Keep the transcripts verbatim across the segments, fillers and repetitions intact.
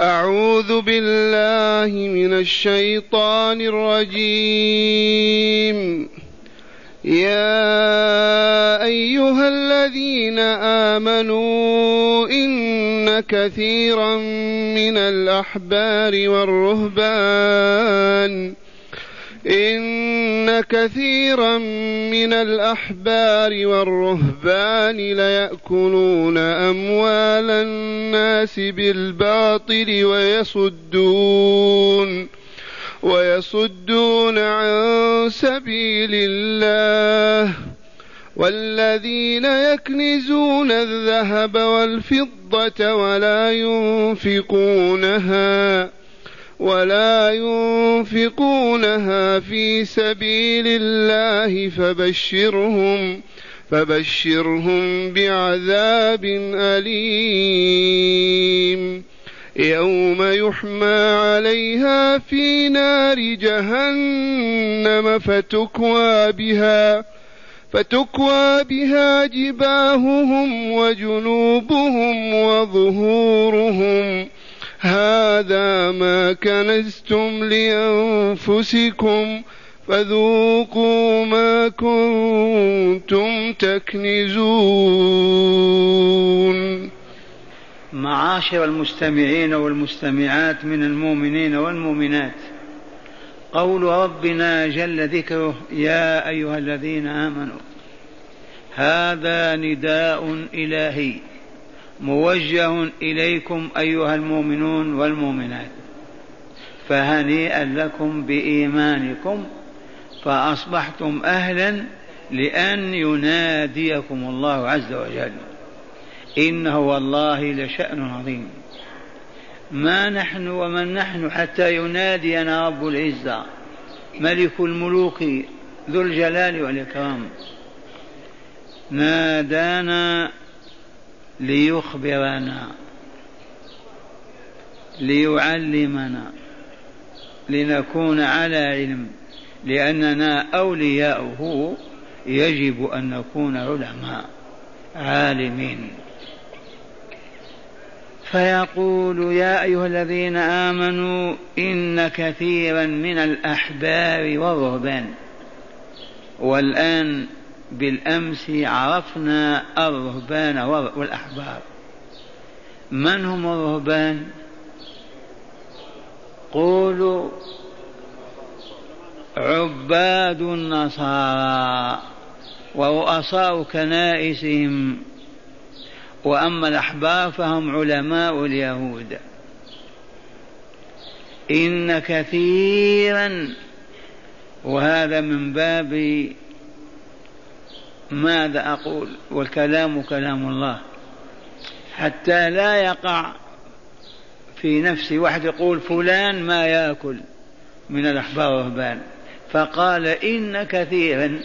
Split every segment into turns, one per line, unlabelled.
أعوذ بالله من الشيطان الرجيم. يا أيها الذين آمنوا إن كثيرا من الأحبار والرهبان إن كثيرا من الأحبار والرهبان ليأكلون أموال الناس بالباطل ويصدون ويصدون عن سبيل الله والذين يكنزون الذهب والفضة ولا ينفقونها ولا ينفقونها في سبيل الله فبشرهم فبشرهم بعذاب أليم يوم يحمى عليها في نار جهنم فتكوى بها فتكوى بها جباههم وجنوبهم وظهورهم هذا ما كنزتم لأنفسكم فذوقوا ما كنتم تكنزون.
معاشر المستمعين والمستمعات من المؤمنين والمؤمنات، قول ربنا جل ذكره يا أيها الذين آمنوا هذا نداء إلهي موجه إليكم أيها المؤمنون والمؤمنات، فهنيئا لكم بإيمانكم فأصبحتم أهلا لأن يناديكم الله عز وجل. إنه والله لشأن عظيم، ما نحن ومن نحن حتى ينادينا رب العزة ملك الملوك ذو الجلال والإكرام. نادانا ليخبرنا ليعلمنا لنكون على علم، لأننا أولياؤه يجب أن نكون علماء عالمين. فيقول يا أيها الذين آمنوا إن كثيرا من الأحبار والرهبان. والآن بالأمس عرفنا الرهبان والأحبار. من هم الرهبان؟ قولوا عباد النصارى ورؤساء كنائسهم، وأما الأحبار فهم علماء اليهود. إن كثيرا، وهذا من باب ماذا أقول، والكلام كلام الله، حتى لا يقع في نفس واحد يقول فلان ما يأكل من الأحبار والرهبان، فقال إن كثيرا،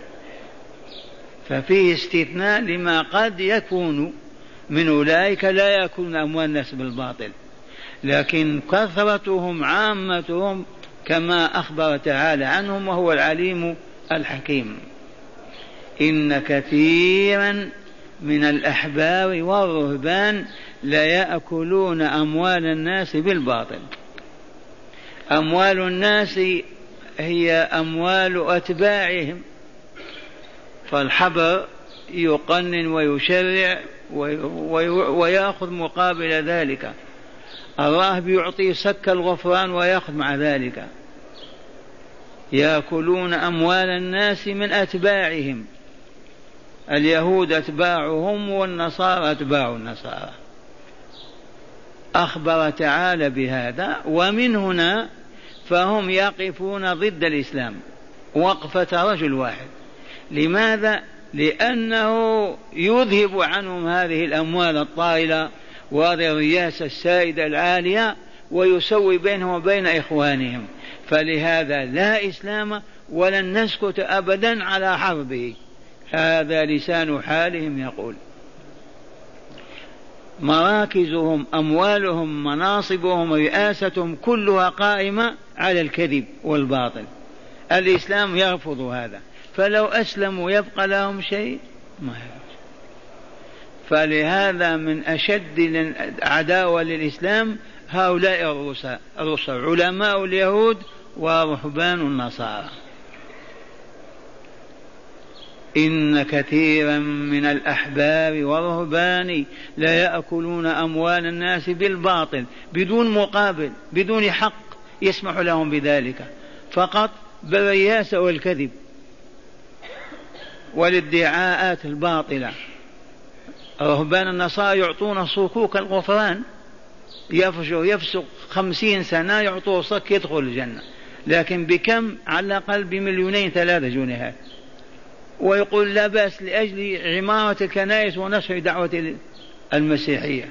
ففيه استثناء لما قد يكون من أولئك لا يأكلون أموال الناس بالباطل، لكن كثرتهم عامتهم كما أخبر تعالى عنهم وهو العليم الحكيم. إن كثيرا من الأحبار والرهبان لا يأكلون أموال الناس بالباطل. أموال الناس هي أموال أتباعهم، فالحبر يقنن ويشرع ويأخذ مقابل ذلك، الراهب يعطي سك الغفران ويأخذ مع ذلك. يأكلون أموال الناس من أتباعهم، اليهود أتباعهم والنصارى أتباع النصارى. أخبر تعالى بهذا، ومن هنا فهم يقفون ضد الإسلام وقفة رجل واحد. لماذا؟ لأنه يذهب عنهم هذه الأموال الطائلة وهذه الرياسة السائدة العالية ويسوي بينهم وبين إخوانهم، فلهذا لا إسلام ولن نسكت أبدا على حربه. هذا لسان حالهم يقول. مراكزهم، أموالهم، مناصبهم، رئاستهم كلها قائمة على الكذب والباطل. الإسلام يرفض هذا، فلو أسلموا يبقى لهم شيء؟ ما يرفض. فلهذا من أشد عداوة للإسلام هؤلاء الرسل علماء اليهود ورهبان النصارى. إن كثيرا من الأحبار والرهبان لا يأكلون أموال الناس بالباطل بدون مقابل بدون حق يسمح لهم بذلك، فقط بالرياسة والكذب والادعاءات الباطلة. رهبان النصارى يعطون صكوك الغفران، يفجر يفسق خمسين سنة يعطوه صك يدخل الجنة، لكن بكم؟ على الأقل بمليونين ثلاثة جنيهات، ويقول لا بأس لأجل عمارة الكنائس ونشر دعوة المسيحية.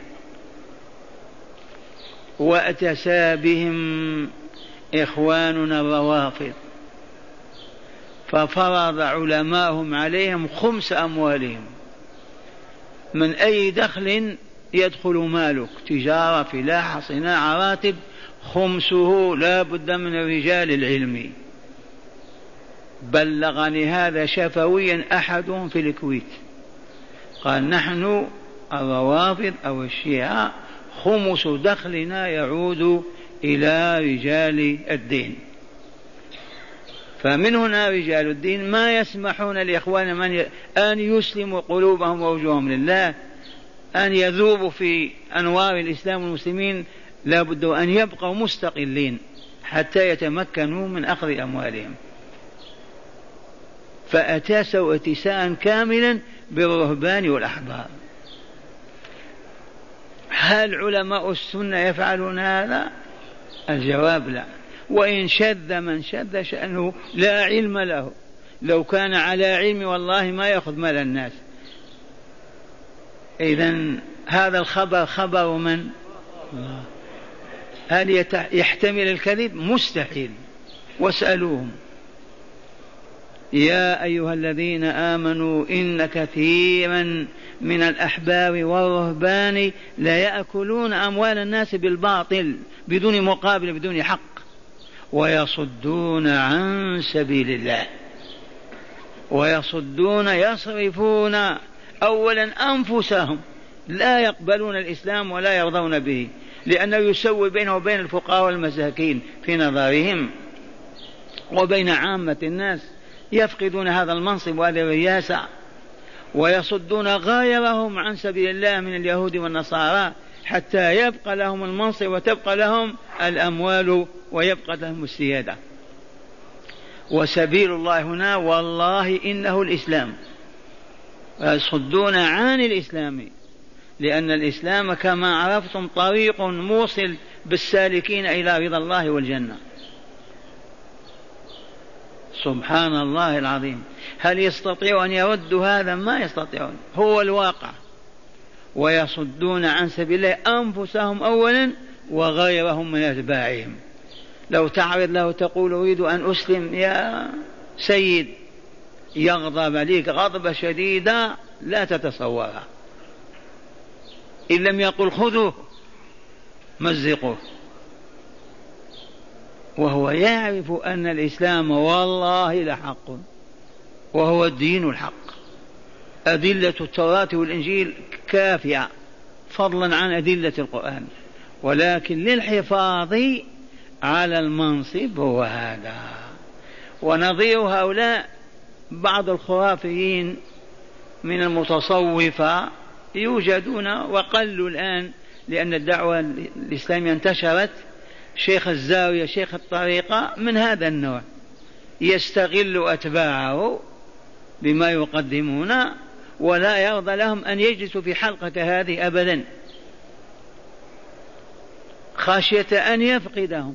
وأتسى بهم إخواننا الروافض ففرض علماءهم عليهم خمس أموالهم، من أي دخل يدخل مالك، تجارة فلاحة صناعة راتب، خمسه لا بد من رجال العلم. بلغني هذا شفويا أحدهم في الكويت قال نحن الروافض أو الشيعة خمس دخلنا يعود إلى رجال الدين. فمن هنا رجال الدين ما يسمحون لإخوان من أن يسلموا قلوبهم ووجوههم لله، أن يذوبوا في أنوار الإسلام والمسلمين، لا بد أن يبقوا مستقلين حتى يتمكنوا من أخذ أموالهم. فأتاسوا اتساء كاملا بالرهبان والأحبار. هل علماء السنة يفعلون هذا؟ الجواب لا. وإن شذ من شذ شأنه لا علم له، لو كان على علم والله ما يأخذ مال الناس. إذن هذا الخبر خبر من؟ هل يحتمل الكذب؟ مستحيل. واسألوهم. يا أيها الذين آمنوا إن كثيرا من الأحبار والرهبان لا يأكلون أموال الناس بالباطل بدون مقابل بدون حق ويصدون عن سبيل الله. ويصدون يصرفون أولا أنفسهم، لا يقبلون الإسلام ولا يرضون به، لأنه يسوي بينه وبين الفقراء والمساكين في نظرهم وبين عامة الناس، يفقدون هذا المنصب وهذه الرياسة. ويصدون غيرهم عن سبيل الله من اليهود والنصارى حتى يبقى لهم المنصب وتبقى لهم الأموال ويبقى لهم السيادة. وسبيل الله هنا والله إنه الإسلام. يصدون عن الإسلام، لأن الإسلام كما عرفتم طريق موصل بالسالكين إلى رضا الله والجنة. سبحان الله العظيم. هل يستطيع أن يردوا هذا؟ ما يستطيعون، هو الواقع. ويصدون عن سبيل الله أنفسهم أولا وغيرهم من أتباعهم. لو تعرض له تقول أريد أن أسلم يا سيد، يغضب عليك غضبة شديدة لا تتصورها. إن لم يقل خذوه مزقوه. وهو يعرف أن الإسلام والله لحق وهو الدين الحق. أدلة التوراة والإنجيل كافية فضلا عن أدلة القرآن، ولكن للحفاظ على المنصب هو هذا. ونظير هؤلاء بعض الخرافيين من المتصوفة يوجدون وقلوا الآن لأن الدعوة الإسلامية انتشرت. شيخ الزاوية شيخ الطريقة من هذا النوع، يستغل أتباعه بما يقدمون ولا يرضى لهم أن يجلسوا في حلقة هذه أبدا خشية أن يفقدهم.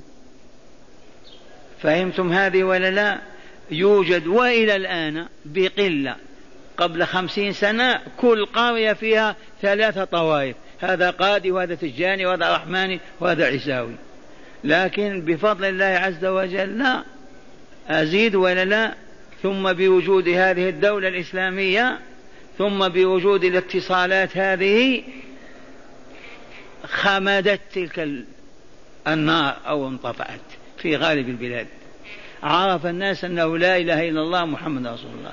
فهمتم هذه ولا لا؟ يوجد وإلى الآن بقلة. قبل خمسين سنة كل قرية فيها ثلاثة طوائف، هذا قادي وهذا تجاني وهذا رحماني وهذا عيساوي. لكن بفضل الله عز وجل لا أزيد ولا لا، ثم بوجود هذه الدولة الإسلامية ثم بوجود الاتصالات هذه خمدت تلك النار أو انطفأت في غالب البلاد. عرف الناس أنه لا إله إلا الله محمد رسول الله.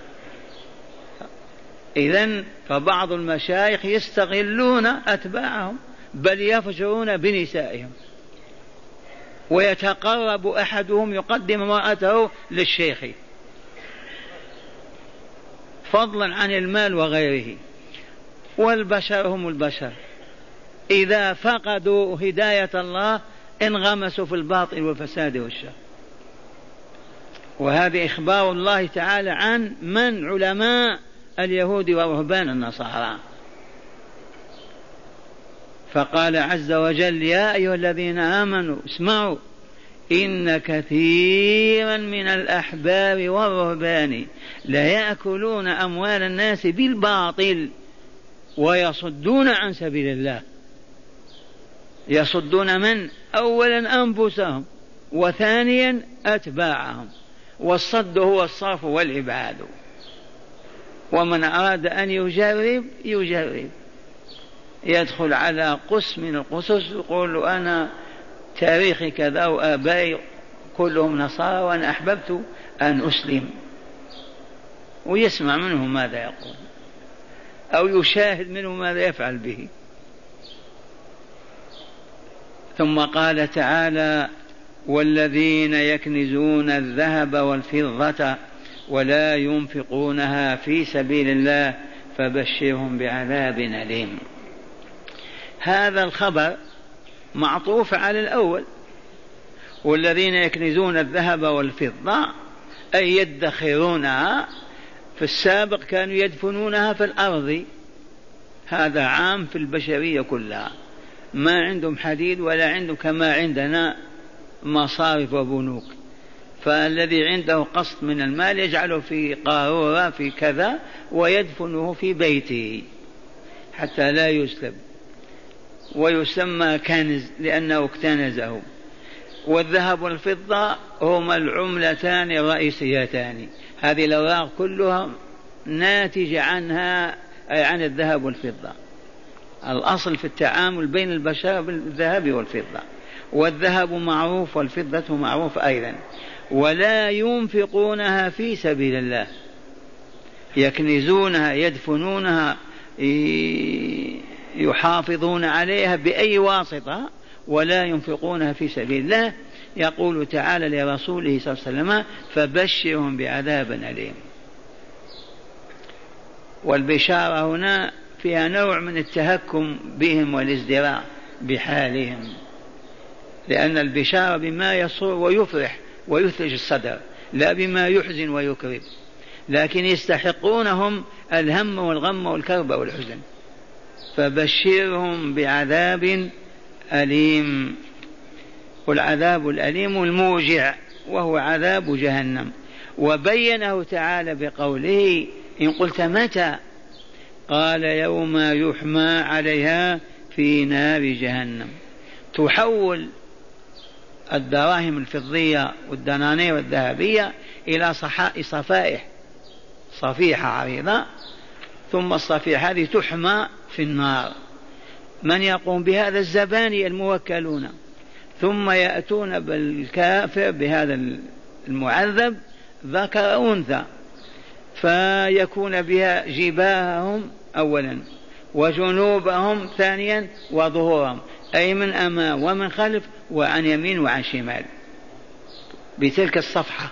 إذن فبعض المشايخ يستغلون أتباعهم بل يفجرون بنسائهم ويتقرب أحدهم يقدم امرأته للشيخ فضلا عن المال وغيره. والبشر هم البشر، إذا فقدوا هداية الله انغمسوا في الباطل والفساد والشر. وهذا إخبار الله تعالى عن من علماء اليهود ورهبان النصارى. فقال عز وجل: يا أيها الذين آمنوا اسمعوا إن كثيرا من الأحبار والرهبان ليأكلون أموال الناس بالباطل ويصدون عن سبيل الله. يصدون من؟ أولا أنفسهم، وثانيا أتباعهم. والصد هو الصرف والإبعاد. ومن أراد أن يجرب يجرب، يدخل على قس من القصص يقول له: أنا تاريخي كذا وآبائي كلهم نصارى وأنا أحببت أن أسلم، ويسمع منه ماذا يقول أو يشاهد منه ماذا يفعل به. ثم قال تعالى: والذين يكنزون الذهب والفضة ولا ينفقونها في سبيل الله فبشرهم بعذاب أليم. هذا الخبر معطوف على الأول، والذين يكنزون الذهب والفضة أي يدخرونها. في السابق كانوا يدفنونها في الأرض، هذا عام في البشرية كلها، ما عندهم حديد ولا عندهم كما عندنا مصارف وبنوك. فالذي عنده قسط من المال يجعله في قارورة في كذا ويدفنه في بيته حتى لا يسلب، ويسمى كنز لأنه اكتنزه. والذهب والفضة هما العملتان الرئيسيتان، هذه الأوراق كلها ناتجة عنها أي عن الذهب والفضة. الأصل في التعامل بين البشر بالذهب والفضة، والذهب معروف والفضة معروف أيضا. ولا ينفقونها في سبيل الله، يكنزونها يدفنونها يحافظون عليها بأي واسطة، ولا ينفقونها في سبيل الله. يقول تعالى لرسوله صلى الله عليه وسلم: فبشرهم بعذاب أليم. والبشارة هنا فيها نوع من التهكم بهم والازدراء بحالهم، لأن البشارة بما يسر ويفرح ويثلج الصدر، لا بما يحزن ويكرب، لكن يستحقونهم الهم والغم والكرب والحزن. فبشرهم بعذاب أليم. والعذاب الأليم الموجع وهو عذاب جهنم. وبينه تعالى بقوله: إن قلت متى؟ قال: يوم يحمى عليها في نار جهنم. تحول الدراهم الفضية والدنانير والذهبية إلى صفائح، صفيحة عريضة، ثم الصفيحة هذه تحمى في النار. من يقوم بهذا؟ الزبانية الموكلون. ثم يأتون بالكافر بهذا المعذب ذكر أنثى، فيكون بها جباههم أولا وجنوبهم ثانيا وظهورهم، أي من أمام ومن خلف وعن يمين وعن شمال، بتلك الصفحة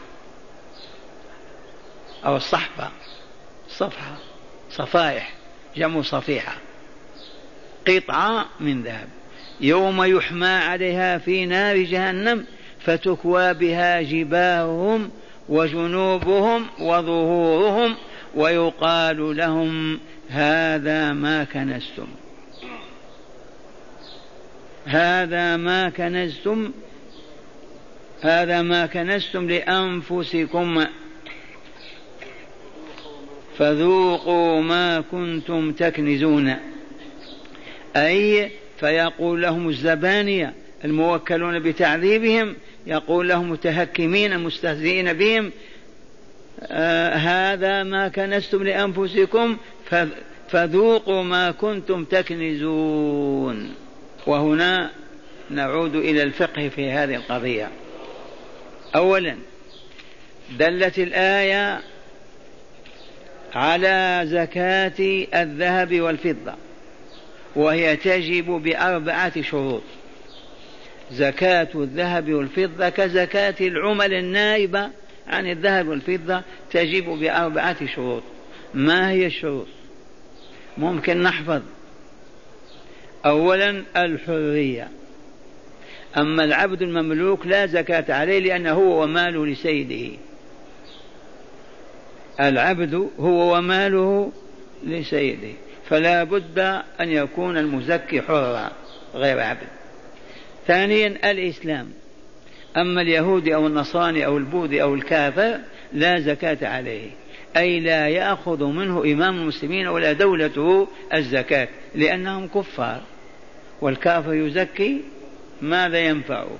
أو الصحفة. صفحة صفائح جمع صفيحة، قطعة من ذهب. يوم يحمى عليها في نار جهنم فتكوى بها جباههم وجنوبهم وظهورهم ويقال لهم: هذا ما كنزتم، هذا ما كنزتم، هذا ما كنزتم لأنفسكم فذوقوا ما كنتم تكنزون. أي فيقول لهم الزبانية الموكلون بتعذيبهم، يقول لهم متهكمين مستهزئين بهم: آه هذا ما كنزتم لأنفسكم فذوقوا ما كنتم تكنزون. وهنا نعود إلى الفقه في هذه القضية. أولا، دلت الآية على زكاة الذهب والفضة، وهي تجب بأربعة شروط: زكاة الذهب والفضة كزكاة العمل النائبة عن الذهب والفضة، تجب بأربعة شروط. ما هي الشروط؟ ممكن نحفظ. أولا الحرية، أما العبد المملوك لا زكاة عليه لأنه هو وماله لسيده. العبد هو وماله لسيده، فلا بد أن يكون المزكي حرا غير عبد. ثانيا الإسلام، أما اليهودي أو النصراني أو البوذي أو الكافر لا زكاة عليه، أي لا يأخذ منه إمام المسلمين ولا دولته الزكاة لأنهم كفار، والكافر يزكي ماذا ينفعه؟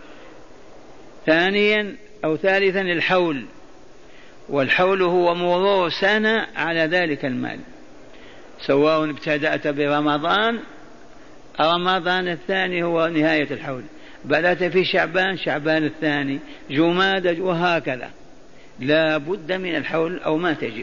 ثانيا أو ثالثا الحول، والحول هو مرور سنة على ذلك المال، سواء ابتدأت برمضان، رمضان الثاني هو نهاية الحول، بدأت في شعبان، شعبان الثاني، جمادى، وهكذا. لا بد من الحول أو ما تجب.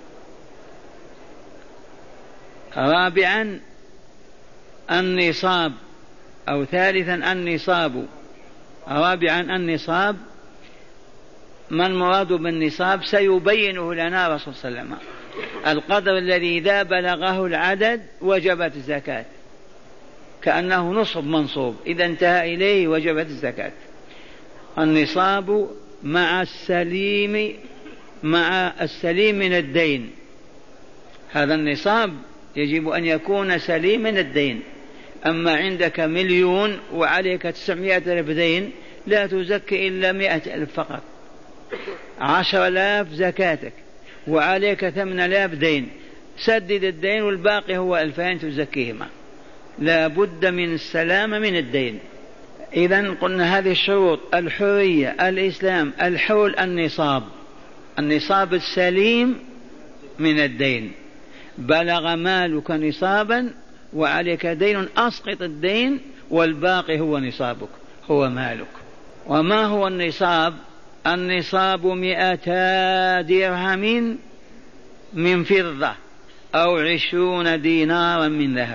رابعا النصاب، أو ثالثا النصاب. رابعا النصاب، ما المراد بالنصاب؟ سيبينه لنا رسول صلى الله عليه وسلم. القدر الذي إذا بلغه العدد وجبت الزكاة، كأنه نصب منصوب، إذا انتهى إليه وجبت الزكاة. النصاب مع السليم، مع السليم من الدين. هذا النصاب يجب أن يكون سليم من الدين. أما عندك مليون وعليك تسعمائة ألف دين لا تزكي إلا مائة ألف فقط. عشر آلاف زكاتك وعليك ثمان آلاف دين، سدد الدين والباقي هو ألفين تزكيهما. لا بد من السلامة من الدين. إذن قلنا هذه الشروط: الحرية، الإسلام، الحول، النصاب. النصاب السليم من الدين، بلغ مالك نصابا وعليك دين أسقط الدين والباقي هو نصابك، هو مالك. وما هو النصاب؟ النصاب مئتا درهم من فضة أو عشرون دينارا من ذهب.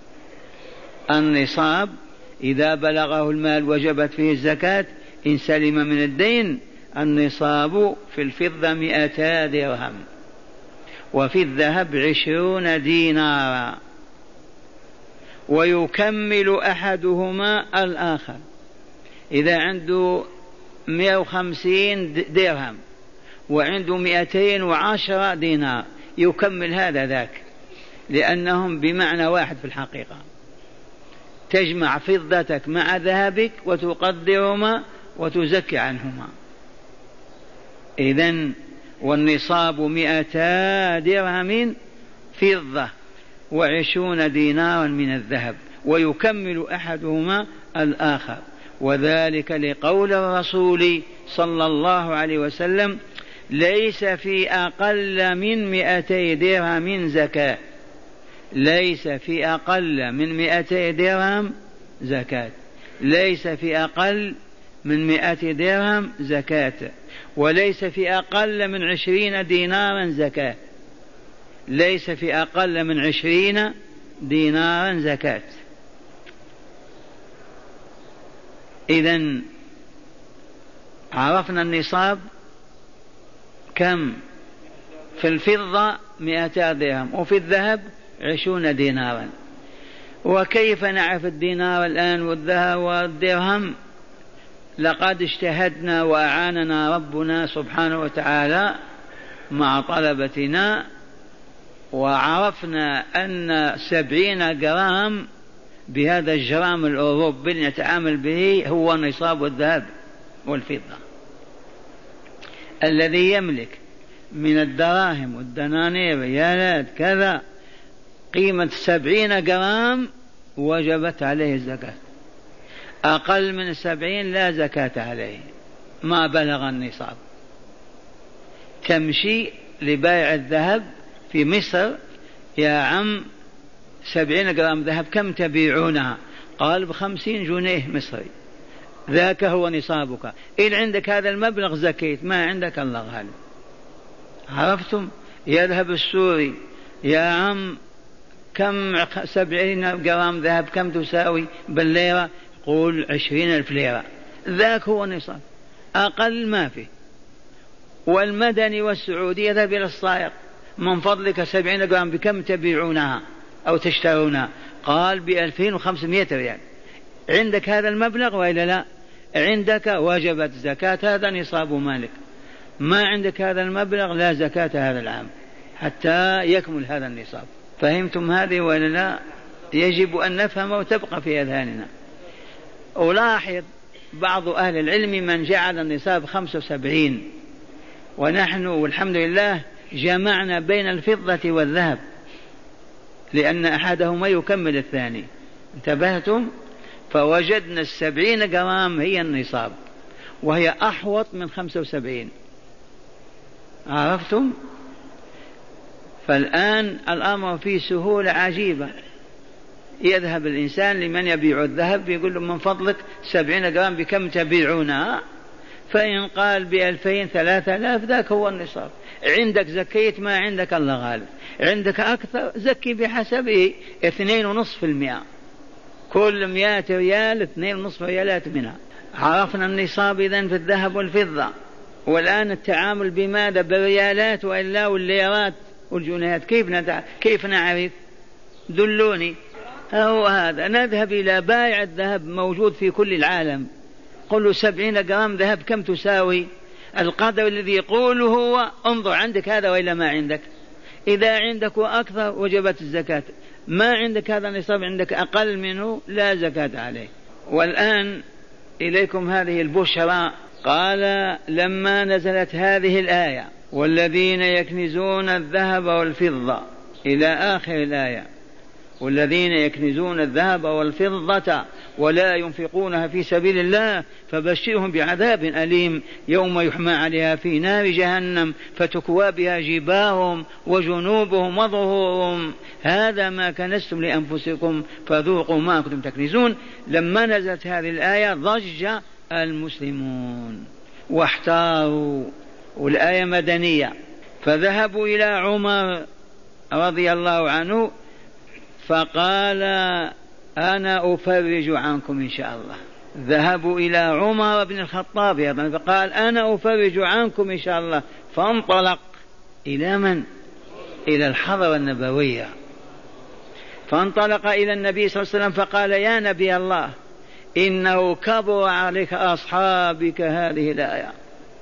النصاب إذا بلغه المال وجبت فيه الزكاة إن سلم من الدين. النصاب في الفضة مئتا درهم، وفي الذهب عشرون دينارا، ويكمل أحدهما الآخر. إذا عنده مئة وخمسين درهم وعنده مئتين وعشرة دينار يكمل هذا ذاك، لأنهم بمعنى واحد في الحقيقة. تجمع فضتك مع ذهبك وتقدرهما وتزكي عنهما. إذن والنصاب مئتا درهم فضة وعشرون دينارا من الذهب، ويكمل أحدهما الآخر. وذلك لقول الرسول صلى الله عليه وسلم: ليس في أقل من مئتي درهم زكاة. ليس في أقل من مئتي درهم زكاة، ليس في أقل من مئة درهم زكاة، وليس في أقل من عشرين دينارا زكاة، ليس في أقل من عشرين دينارا زكاة. إذن عرفنا النصاب كم؟ في الفضة مئتا درهم، وفي الذهب عشرون دينارا. وكيف نعرف الدينار الآن والذهب والدرهم؟ لقد اجتهدنا وأعاننا ربنا سبحانه وتعالى مع طلبتنا، وعرفنا أن سبعين جرام بهذا الجرام الأوروبي اللي نتعامل به هو نصاب الذهب والفضة. الذي يملك من الدراهم والدنانير ريالات كذا قيمة سبعين جرام وجبت عليه الزكاة. أقل من سبعين لا زكاة عليه ما بلغ النصاب. تمشي لبائع الذهب في مصر: يا عم سبعين جرام ذهب كم تبيعونها؟ قال بخمسين جنيه مصري. ذاك هو نصابك. إن عندك هذا المبلغ زكيت، ما عندك الله غالب. عرفتم؟ يذهب السوري: يا عم كم سبعين جرام ذهب كم تساوي بالليرة؟ قول عشرين ألف ليرة، ذاك هو النصاب، أقل ما فيه. والمدني والسعودي يذهب إلى الصائغ، من فضلك سبعين جرام بكم تبيعونها أو تشترونها؟ قال بألفين وخمسمائة ريال. عندك هذا المبلغ وإلا لا؟ عندك وجبت زكاة، هذا نصاب مالك. ما عندك هذا المبلغ لا زكاة هذا العام حتى يكمل هذا النصاب. فهمتم هذه وإلا لا؟ يجب أن نفهم وتبقى في أذهاننا. ألاحظ بعض أهل العلم من جعل النصاب خمسة وسبعين، ونحن والحمد لله جمعنا بين الفضة والذهب لأن أحدهما يكمل الثاني. انتبهتم؟ فوجدنا السبعين جرام هي النصاب، وهي أحوط من خمسة وسبعين. عرفتم؟ فالآن الأمر فيه سهولة عجيبة. يذهب الإنسان لمن يبيع الذهب يقول له من فضلك سبعين جرام بكم تبيعونها؟ فإن قال بألفين ثلاثة آلاف ذاك هو النصاب. عندك زكيت، ما عندك الله غالب. عندك أكثر زكي بحسبه، اثنين ونصف في المئة، كل مئة ريال اثنين ونصف ريالات منها. عرفنا النصاب إذن في الذهب والفضة. والآن التعامل بماذا؟ بالريالات وإلا والليرات والجنيهات. كيف ندع... كيف نعرف؟ دلوني. هو هذا، نذهب إلى بائع الذهب موجود في كل العالم، قل له سبعين جرام ذهب كم تساوي؟ القدر الذي يقوله هو انظر عندك هذا وإلا ما عندك. إذا عندك وأكثر وجبت الزكاة، ما عندك هذا النصاب عندك أقل منه لا زكاة عليه. والآن إليكم هذه البشرى. قال لما نزلت هذه الآية والذين يكنزون الذهب والفضة إلى آخر الآية، والذين يكنزون الذهب والفضة ولا ينفقونها في سبيل الله فبشرهم بعذاب أليم يوم يحمى عليها في نار جهنم فتكوى بها جباههم وجنوبهم وظهورهم هذا ما كنزتم لأنفسكم فذوقوا ما كنتم تكنزون. لما نزلت هذه الآية ضج المسلمون واحتاروا، والآية مدنية. فذهبوا إلى عمر رضي الله عنه فقال أنا أفرج عنكم إن شاء الله. ذهبوا إلى عمر بن الخطاب فقال أنا أفرج عنكم إن شاء الله. فانطلق إلى من؟ إلى الحضرة النبوية. فانطلق إلى النبي صلى الله عليه وسلم فقال يا نبي الله إنه كبر عليك أصحابك هذه الآية،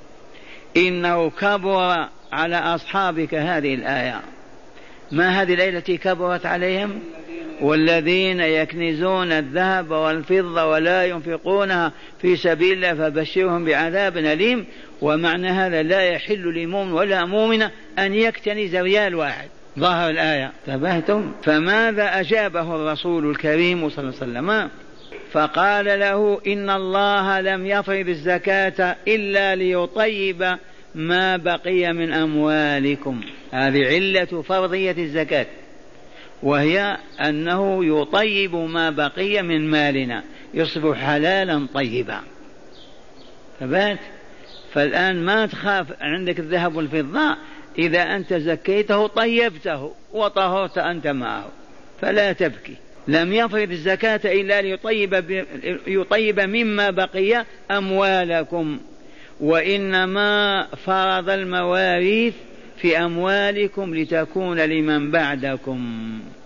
إنه كبر على أصحابك هذه الآية. ما هذه الآية التي كبرت عليهم؟ والذين يكنزون الذهب والفضة ولا ينفقونها في سبيل الله فبشرهم بعذاب أليم. ومعنى هذا لا يحل لمؤمن ولا مؤمنة أن يكتنز ريال واحد. ظهر الآية. تبهتم؟ فماذا أجابه الرسول الكريم صلى الله عليه وسلم؟ فقال له إن الله لم يفرض الزكاة إلا ليطيب ما بقي من أموالكم. هذه علة فرضية الزكاة، وهي أنه يطيب ما بقي من مالنا يصبح حلالا طيبا. فبات فالآن ما تخاف عندك الذهب والفضة، إذا أنت زكيته طيبته وطهرت أنت معه فلا تبكي. لم يفرض الزكاة إلا ليطيب يطيب مما بقي أموالكم، وإنما فرض المواريث في أموالكم لتكون لمن بعدكم.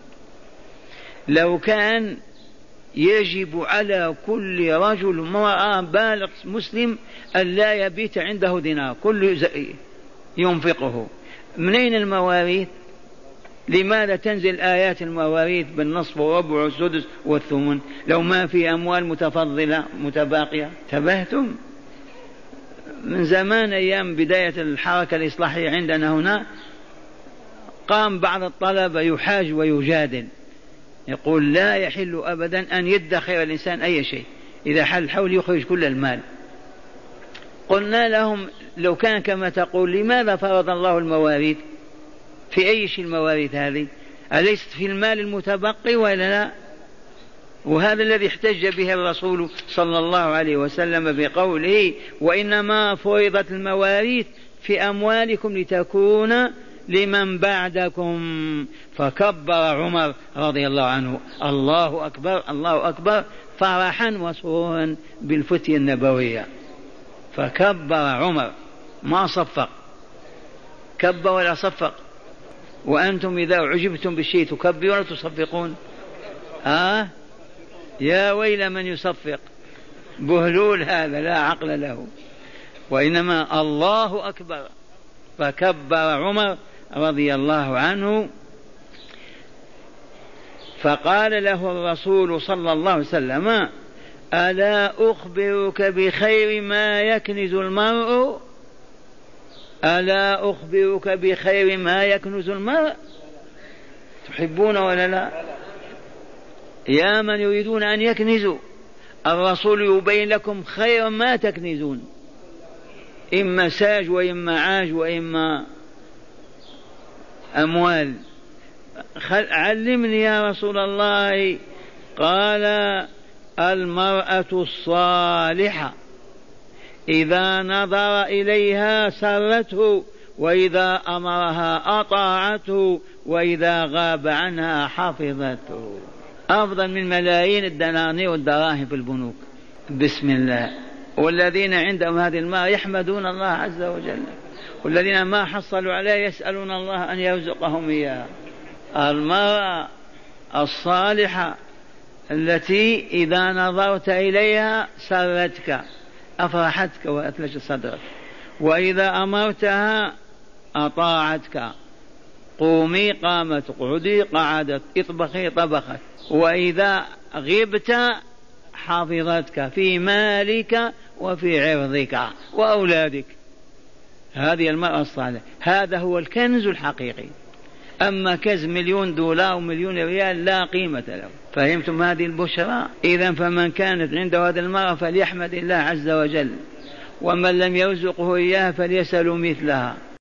لو كان يجب على كل رجل امرأة بالغ مسلم أن لا يبيت عنده دينار كل ينفقه. منين المواريث؟ لماذا تنزل آيات المواريث بالنصف والربع والسدس والثمن لو ما في أموال متفضلة متباقية؟ تبهتم؟ من زمان أيام بداية الحركة الإصلاحية عندنا هنا قام بعض الطلبة يحاج ويجادل، يقول لا يحل أبدا أن يدخر الإنسان أي شيء، إذا حل حول يخرج كل المال. قلنا لهم لو كان كما تقول لماذا فرض الله المواريث؟ في أي شيء المواريث هذه؟ أليست في المال المتبقي ولا لا؟ وهذا الذي احتج به الرسول صلى الله عليه وسلم بقوله وإنما فرضت المواريث في أموالكم لتكون لمن بعدكم. فكبر عمر رضي الله عنه الله أكبر الله أكبر، فرحا وسرورا بالفتية النبوية. فكبر عمر ما صفق، كبر ولا صفق. وأنتم إذا عجبتم بالشيء تكبرون ولا تصفقون؟ آه يا ويل من يصفق، بهلول هذا لا عقل له. وإنما الله أكبر. فكبر عمر رضي الله عنه. فقال له الرسول صلى الله عليه وسلم: ألا أخبرك بخير ما يكنز المرء؟ ألا أخبرك بخير ما يكنز المرء؟ تحبون ولا لا؟ يا من يريدون أن يكنزوا، الرسول يبين لكم خير ما تكنزون، إما ساج وإما عاج وإما أموال. علمني يا رسول الله. قال: المرأة الصالحة إذا نظر إليها سرته، وإذا أمرها أطاعته، وإذا غاب عنها حفظته. أفضل من ملايين الدنانير والدراهم في البنوك. بسم الله. والذين عندهم هذه المرأة يحمدون الله عز وجل، والذين ما حصلوا عليه يسألون الله أن يرزقهم إياها. المرأة الصالحة التي إذا نظرت إليها سرتك، أفرحتك وأثلجت صدرك، وإذا أمرتها أطاعتك، قومي قامت، اقعدي قعدت، اطبخي طبخت، وإذا غبت حفظتك في مالك وفي عرضك وأولادك. هذه المرأة الصالحة، هذا هو الكنز الحقيقي. أما كنز مليون دولار ومليون ريال لا قيمة له. فهمتم هذه البشرى؟ إذن فمن كانت عنده هذه المرأة فليحمد الله عز وجل، ومن لم يرزقه إياها فليسأل مثلها.